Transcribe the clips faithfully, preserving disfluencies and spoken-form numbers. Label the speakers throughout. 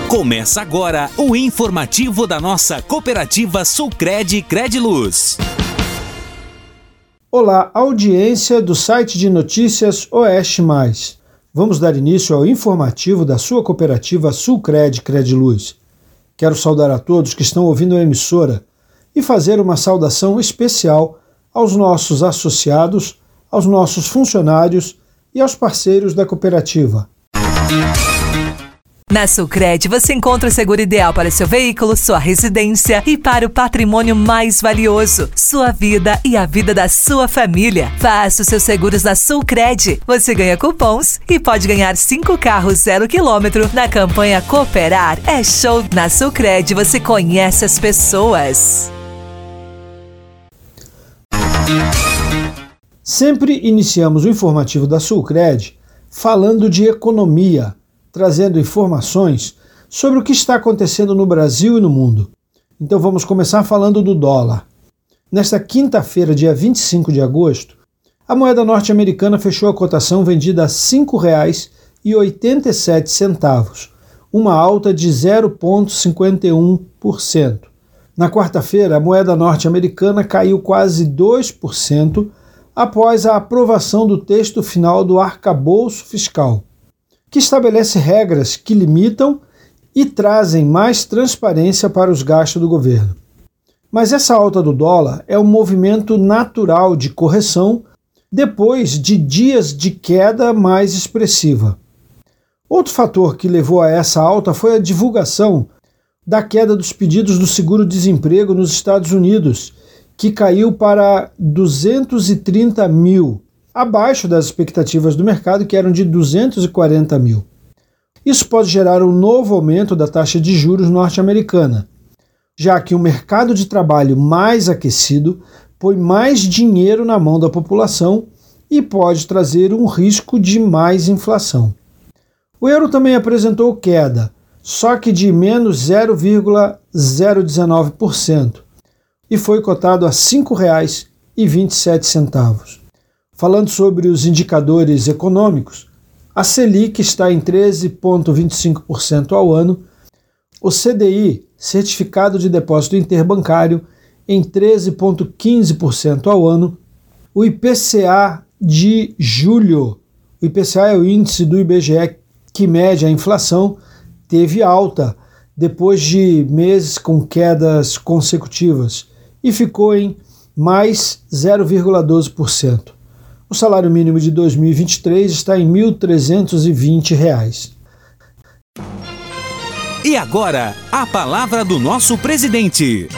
Speaker 1: Começa agora o informativo da nossa cooperativa Sulcred Crediluz.
Speaker 2: Olá, audiência do site de notícias Oeste Mais. Vamos dar início ao informativo da sua cooperativa Sulcred Crediluz. Quero saudar a todos que estão ouvindo a emissora e fazer uma saudação especial aos nossos associados, aos nossos funcionários e aos parceiros da cooperativa.
Speaker 3: Na Sulcred você encontra o seguro ideal para seu veículo, sua residência e para o patrimônio mais valioso, sua vida e a vida da sua família. Faça os seus seguros na Sulcred. Você ganha cupons e pode ganhar cinco carros zero quilômetro na campanha Cooperar é Show. Na Sulcred você conhece as pessoas.
Speaker 2: Sempre iniciamos o informativo da Sulcred falando de economia, trazendo informações sobre o que está acontecendo no Brasil e no mundo. Então vamos começar falando do dólar. Nesta quinta-feira, dia vinte e cinco de agosto, a moeda norte-americana fechou a cotação vendida a cinco reais e oitenta e sete centavos, uma alta de zero vírgula cinquenta e um por cento. Na quarta-feira, a moeda norte-americana caiu quase dois por cento após a aprovação do texto final do arcabouço fiscal, que estabelece regras que limitam e trazem mais transparência para os gastos do governo. Mas essa alta do dólar é um movimento natural de correção depois de dias de queda mais expressiva. Outro fator que levou a essa alta foi a divulgação da queda dos pedidos do seguro-desemprego nos Estados Unidos, que caiu para duzentos e trinta mil, abaixo das expectativas do mercado, que eram de duzentos e quarenta mil. Isso pode gerar um novo aumento da taxa de juros norte-americana, já que o mercado de trabalho mais aquecido põe mais dinheiro na mão da população e pode trazer um risco de mais inflação. O euro também apresentou queda, só que de menos zero vírgula zero dezenove por cento, e foi cotado a cinco reais e vinte e sete centavos. Falando sobre os indicadores econômicos, a Selic está em treze vírgula vinte e cinco por cento ao ano, o C D I, Certificado de Depósito Interbancário, em treze vírgula quinze por cento ao ano, o I P C A de julho, o I P C A é o índice do I B G E que mede a inflação, teve alta depois de meses com quedas consecutivas e ficou em mais zero vírgula doze por cento. O salário mínimo de dois mil e vinte e três está em mil trezentos e vinte reais.
Speaker 1: E agora, a palavra do nosso presidente.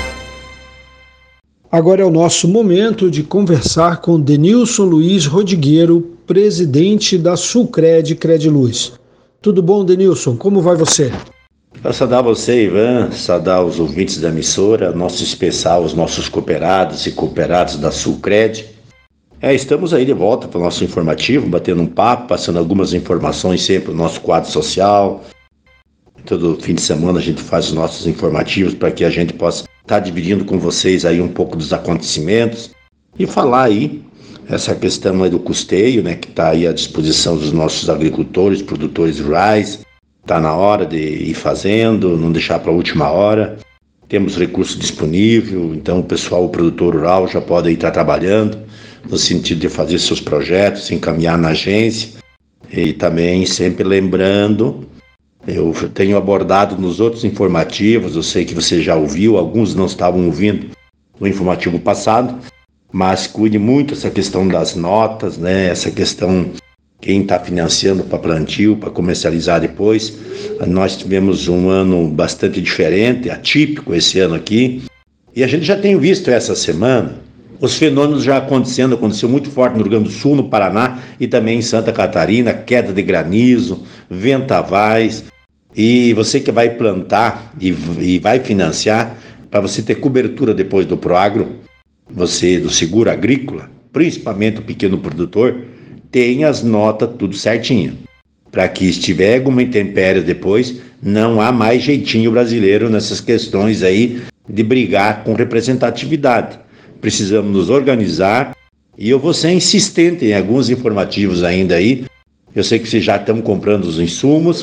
Speaker 2: Agora é o nosso momento de conversar com Denilson Luiz Rodrigueiro, presidente da Sulcred Crediluz. Tudo bom, Denilson? Como vai você?
Speaker 4: Para saudar você, Ivan, saudar os ouvintes da emissora, nosso especial, os nossos cooperados e cooperados da Sulcred. É, estamos aí de volta para o nosso informativo, batendo um papo, passando algumas informações sempre no nosso quadro social. Todo fim de semana a gente faz os nossos informativos para que a gente possa estar dividindo com vocês aí um pouco dos acontecimentos e falar aí essa questão aí do custeio, né, que está aí à disposição dos nossos agricultores, produtores rurais. Está na hora de ir fazendo, não deixar para a última hora. Temos recurso disponível, então o pessoal, o produtor rural já pode estar trabalhando no sentido de fazer seus projetos, encaminhar na agência. E também sempre lembrando, eu tenho abordado nos outros informativos, eu sei que você já ouviu, alguns não estavam ouvindo no informativo passado, mas cuide muito essa questão das notas, né? Essa questão, quem está financiando para plantio, para comercializar depois. Nós tivemos um ano bastante diferente, atípico esse ano aqui, e a gente já tem visto essa semana os fenômenos já acontecendo, aconteceu muito forte no Rio Grande do Sul, no Paraná e também em Santa Catarina, queda de granizo, vendavais, e você que vai plantar e, e vai financiar, para você ter cobertura depois do Proagro, você do seguro agrícola, principalmente o pequeno produtor, tem as notas tudo certinho, para que estiver alguma intempérie depois, não há mais jeitinho brasileiro nessas questões aí de brigar com representatividade. Precisamos nos organizar e eu vou ser insistente em alguns informativos ainda aí. Eu sei que vocês já estão comprando os insumos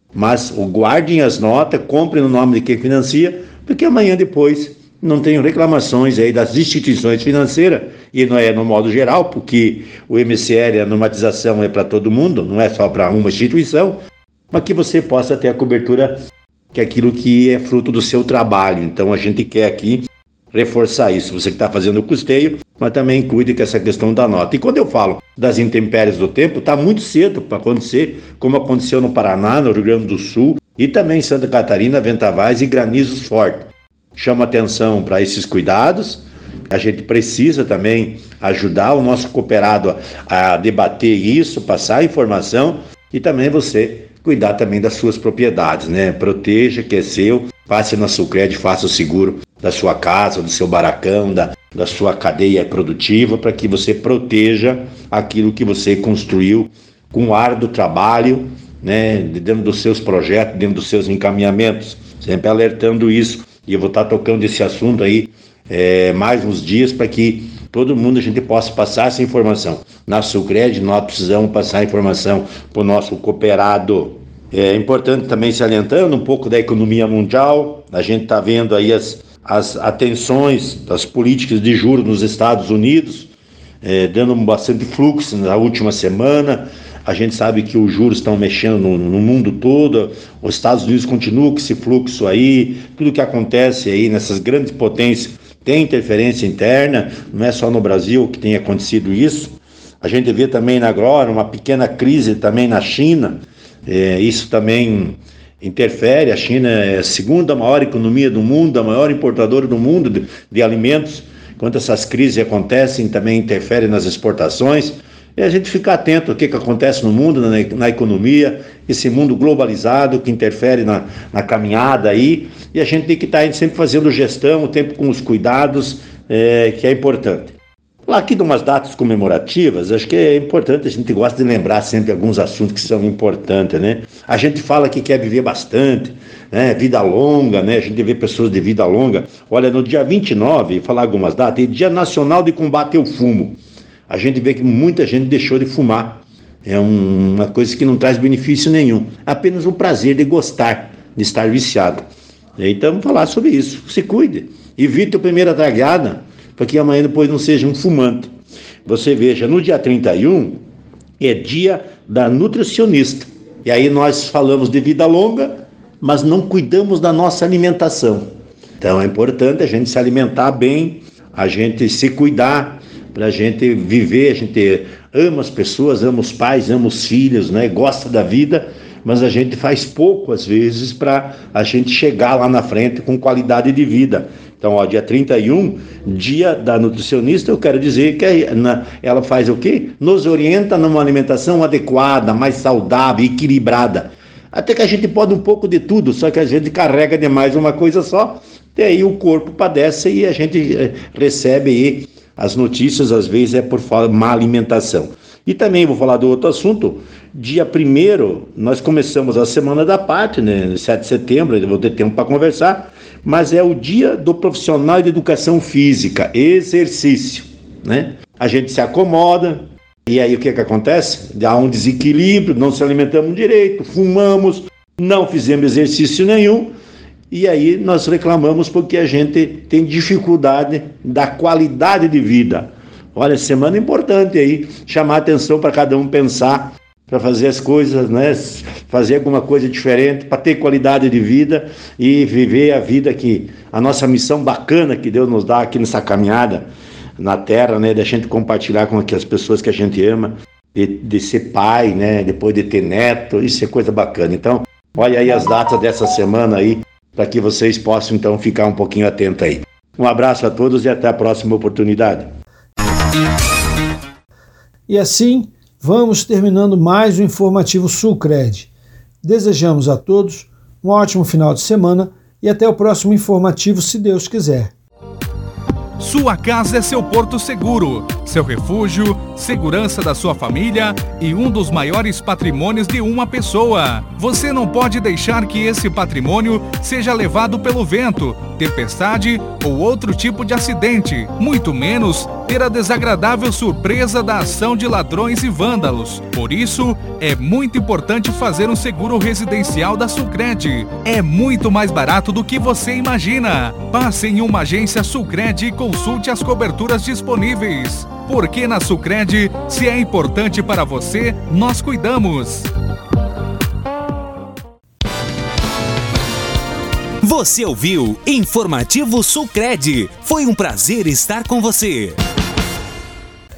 Speaker 4: Mas guardem as notas, comprem no nome de quem financia, porque amanhã depois não tenho reclamações aí das instituições financeiras, e não é no modo geral, porque o M C L, a normatização é para todo mundo, não é só para uma instituição, mas que você possa ter a cobertura, que é aquilo que é fruto do seu trabalho. Então a gente quer aqui reforçar isso, você que está fazendo o custeio, mas também cuide com essa questão da nota. E quando eu falo das intempéries do tempo, está muito cedo para acontecer, como aconteceu no Paraná, no Rio Grande do Sul, e também em Santa Catarina, vendavais e granizos fortes. Chama atenção para esses cuidados. A gente precisa também ajudar o nosso cooperado a, a debater isso, passar a informação, e também você cuidar também das suas propriedades, né? Proteja, que é seu, passe na Sulcred, faça o seguro da sua casa, do seu barracão, da, da sua cadeia produtiva, para que você proteja aquilo que você construiu com o árduo trabalho, né? Dentro dos seus projetos, dentro dos seus encaminhamentos, sempre alertando isso. E eu vou estar tocando esse assunto aí é, mais uns dias, para que todo mundo a gente possa passar essa informação. Na Sulcred nós precisamos passar a informação para o nosso cooperado. É importante também, salientando um pouco da economia mundial, a gente está vendo aí as, as atenções das políticas de juros nos Estados Unidos, é, dando bastante fluxo na última semana. A gente sabe que os juros estão mexendo no, no mundo todo, os Estados Unidos continuam com esse fluxo aí, tudo que acontece aí nessas grandes potências tem interferência interna, não é só no Brasil que tem acontecido isso. A gente vê também agora uma pequena crise também na China, é, isso também interfere. A China é a segunda maior economia do mundo, a maior importadora do mundo de, de alimentos. Quando essas crises acontecem, também interfere nas exportações. E a gente fica atento ao que, que acontece no mundo, na, na economia, esse mundo globalizado que interfere na, na caminhada aí, e a gente tem que estar sempre fazendo gestão, o tempo com os cuidados, é, que é importante. Lá aqui de umas datas comemorativas, acho que é importante, a gente gosta de lembrar sempre alguns assuntos que são importantes, né? A gente fala que quer viver bastante, né? Vida longa, né? A gente vê pessoas de vida longa. Olha, no dia vinte e nove, falar algumas datas, é Dia Nacional de Combate ao Fumo. A gente vê que muita gente deixou de fumar. É um, uma coisa que não traz benefício nenhum. Apenas o prazer de gostar, de estar viciado. Então, vamos falar sobre isso. Se cuide. Evite a primeira tragada, para que amanhã depois não seja um fumante. Você veja, no dia trinta e um, é dia da nutricionista. E aí nós falamos de vida longa, mas não cuidamos da nossa alimentação. Então, é importante a gente se alimentar bem, a gente se cuidar, para a gente viver. A gente ama as pessoas, ama os pais, ama os filhos, né? Gosta da vida, mas a gente faz pouco às vezes para a gente chegar lá na frente com qualidade de vida. Então, ó, dia trinta e um, dia da nutricionista, eu quero dizer que ela faz o quê? Nos orienta numa alimentação adequada, mais saudável, equilibrada. Até que a gente pode um pouco de tudo, só que a gente carrega demais uma coisa só, e aí o corpo padece e a gente recebe aí as notícias, às vezes, é por má alimentação. E também vou falar do outro assunto. Dia primeiro, nós começamos a Semana da Pátria, né? sete de setembro, eu vou ter tempo para conversar, mas é o dia do profissional de educação física, exercício, né? A gente se acomoda, e aí o que que acontece? Há um desequilíbrio, não se alimentamos direito, fumamos, não fizemos exercício nenhum, e aí nós reclamamos porque a gente tem dificuldade da qualidade de vida. Olha, semana importante aí, chamar atenção para cada um pensar, para fazer as coisas, né? Fazer alguma coisa diferente, para ter qualidade de vida e viver a vida que, a nossa missão bacana que Deus nos dá aqui nessa caminhada na Terra, né? De a gente compartilhar com as pessoas que a gente ama, de, de ser pai, né? Depois de ter neto, isso é coisa bacana. Então, olha aí as datas dessa semana aí, para que vocês possam então ficar um pouquinho atentos aí. Um abraço a todos e até a próxima oportunidade.
Speaker 2: E assim, vamos terminando mais um informativo Sulcred. Desejamos a todos um ótimo final de semana e até o próximo informativo, se Deus quiser.
Speaker 1: Sua casa é seu porto seguro, seu refúgio, segurança da sua família e um dos maiores patrimônios de uma pessoa. Você não pode deixar que esse patrimônio seja levado pelo vento, tempestade ou outro tipo de acidente, muito menos ter a desagradável surpresa da ação de ladrões e vândalos. Por isso, é muito importante fazer um seguro residencial da Sulcred. É muito mais barato do que você imagina. Passe em uma agência Sulcred e consulte as coberturas disponíveis. Porque na Sulcred, se é importante para você, nós cuidamos.
Speaker 5: Você ouviu Informativo Sulcred. Foi um prazer estar com você.